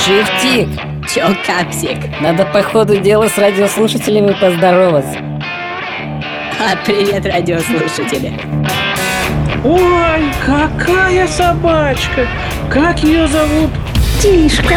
Шифтик, Чё, Капсик? надо по ходу дела с радиослушателями поздороваться. Привет, радиослушатели. Ой, какая собачка! Как ее зовут? Тишка.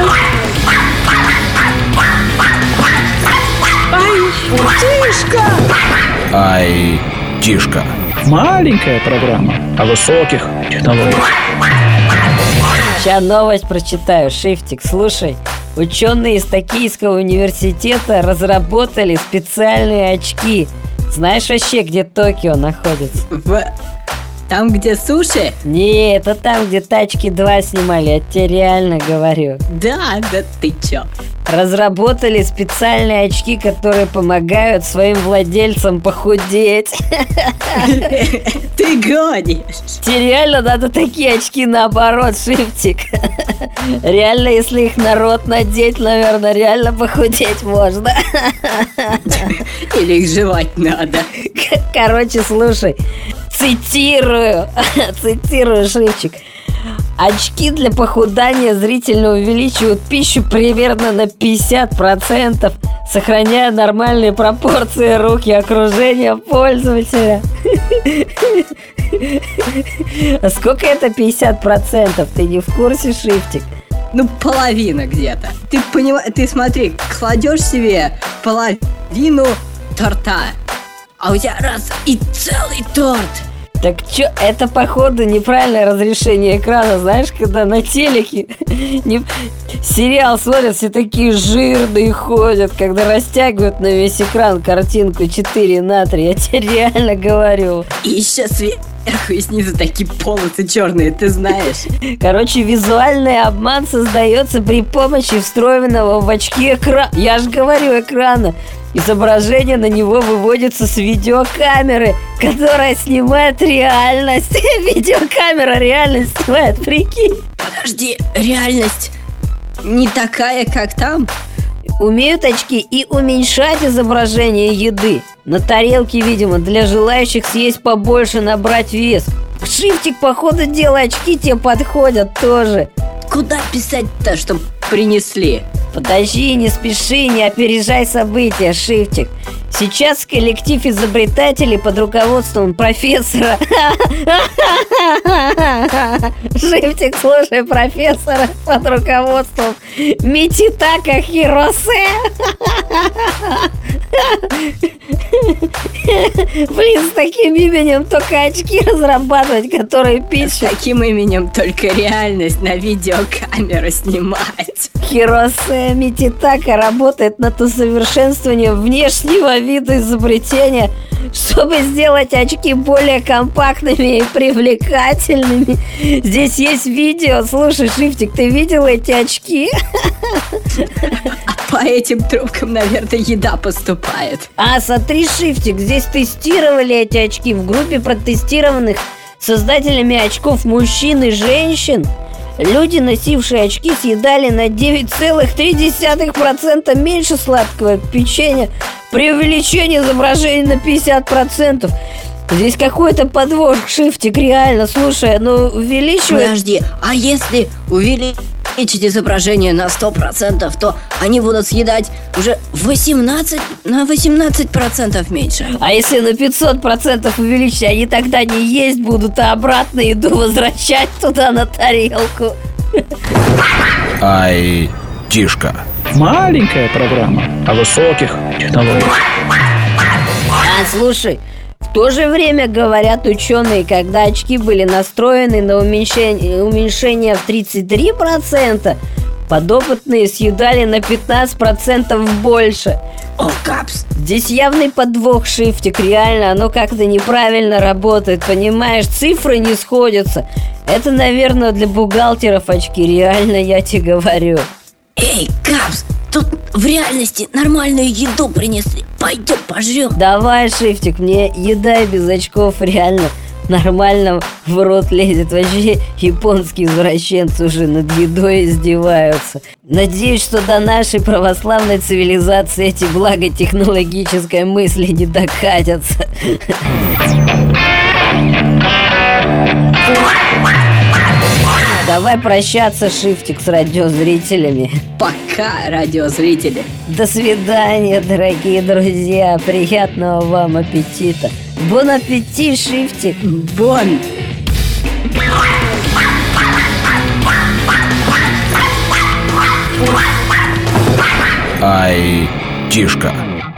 Ай, Тишка! Ай, Тишка. Маленькая программа о высоких технологиях. Сейчас новость прочитаю, Шифтик, слушай. Ученые из Токийского университета разработали специальные очки. Знаешь вообще, где Токио находится? Там, где суши? Не, это там, где Тачки 2 снимали, я тебе реально говорю. Да ты чё? Разработали специальные очки, которые помогают своим владельцам похудеть. Ты гонишь. Тебе реально надо такие очки наоборот, Шифтик. Реально, если их народ надеть, наверное, реально похудеть можно. Или их жевать надо. Короче, слушай, цитирую, Шифчик. Очки для похудания зрительно увеличивают пищу примерно на 50%, сохраняя нормальные пропорции рук и окружения пользователя. А сколько это 50%? Ты не в курсе, Шифтик? Ну, половина где-то. Ты понимаешь, ты смотри, кладешь себе половину торта, а у тебя раз и целый торт. Так чё, это походу неправильное разрешение экрана. Знаешь, когда на телеке сериал смотрят, все такие жирные ходят, когда растягивают на весь экран картинку 4:3. Я тебе реально говорю. И еще сверху и снизу такие полосы черные, ты знаешь. Короче, визуальный обман создается при помощи встроенного в очки экрана. Я же говорю, экрана. Изображение на него выводится с видеокамеры, которая снимает реальность. Видеокамера реальность снимает, прикинь. Подожди, реальность не такая, как там? Умеют очки и уменьшать изображение еды на тарелке, видимо, для желающих съесть побольше, набрать вес. Шифтик, по ходу дела, очки тебе подходят тоже. Куда писать-то, чтоб принесли? Подожди, не спеши, не опережай события, Шифтик. Сейчас коллектив изобретателей под руководством профессора Шифтик, слушай, профессора под руководством Мититака Хиросе. Блин, с таким именем только очки разрабатывать, которые С пишут. таким именем только реальность на видеокамеру снимать. Хиросе Мититака работает над усовершенствованием внешнего вида изобретения, чтобы сделать очки более компактными и привлекательными. Здесь есть видео. Слушай, Шифтик, ты видел эти очки? По этим трубкам, наверное, еда поступает. Смотри, Шифтик, здесь тестировали эти очки в группе протестированных создателями очков мужчин и женщин. Люди, носившие очки, съедали на 9,3% меньше сладкого печенья при увеличении изображения на 50%. Здесь какой-то подвох, Шифтик, реально. Слушай, увеличивает... Подожди, а если увеличить изображение на 100%, то они будут съедать уже на 18% меньше. А если на 500% увеличить, они тогда не есть будут, а обратно еду возвращать туда на тарелку. Ай, Тишка. Маленькая программа о высоких технологиях. Слушай, в то же время, говорят ученые, когда очки были настроены на уменьшение в 33%, подопытные съедали на 15% больше. О, Капс! Здесь явный подвох, Шифтик, реально, оно как-то неправильно работает, понимаешь, цифры не сходятся. Это, наверное, для бухгалтеров очки, реально, я тебе говорю. Эй, Капс, тут в реальности нормальную еду принесли. Пойдем пожрем. Давай, Шифтик, мне еда и без очков реально нормально в рот лезет. Вообще японские извращенцы уже над едой издеваются. Надеюсь, что до нашей православной цивилизации эти благотехнологической мысли не докатятся. Давай прощаться, Шифтик, с радиозрителями. Пока, радиозрители. До свидания, дорогие друзья. Приятного вам аппетита. Бон аппетит, Шифтик. Бон. Ай, Тишка.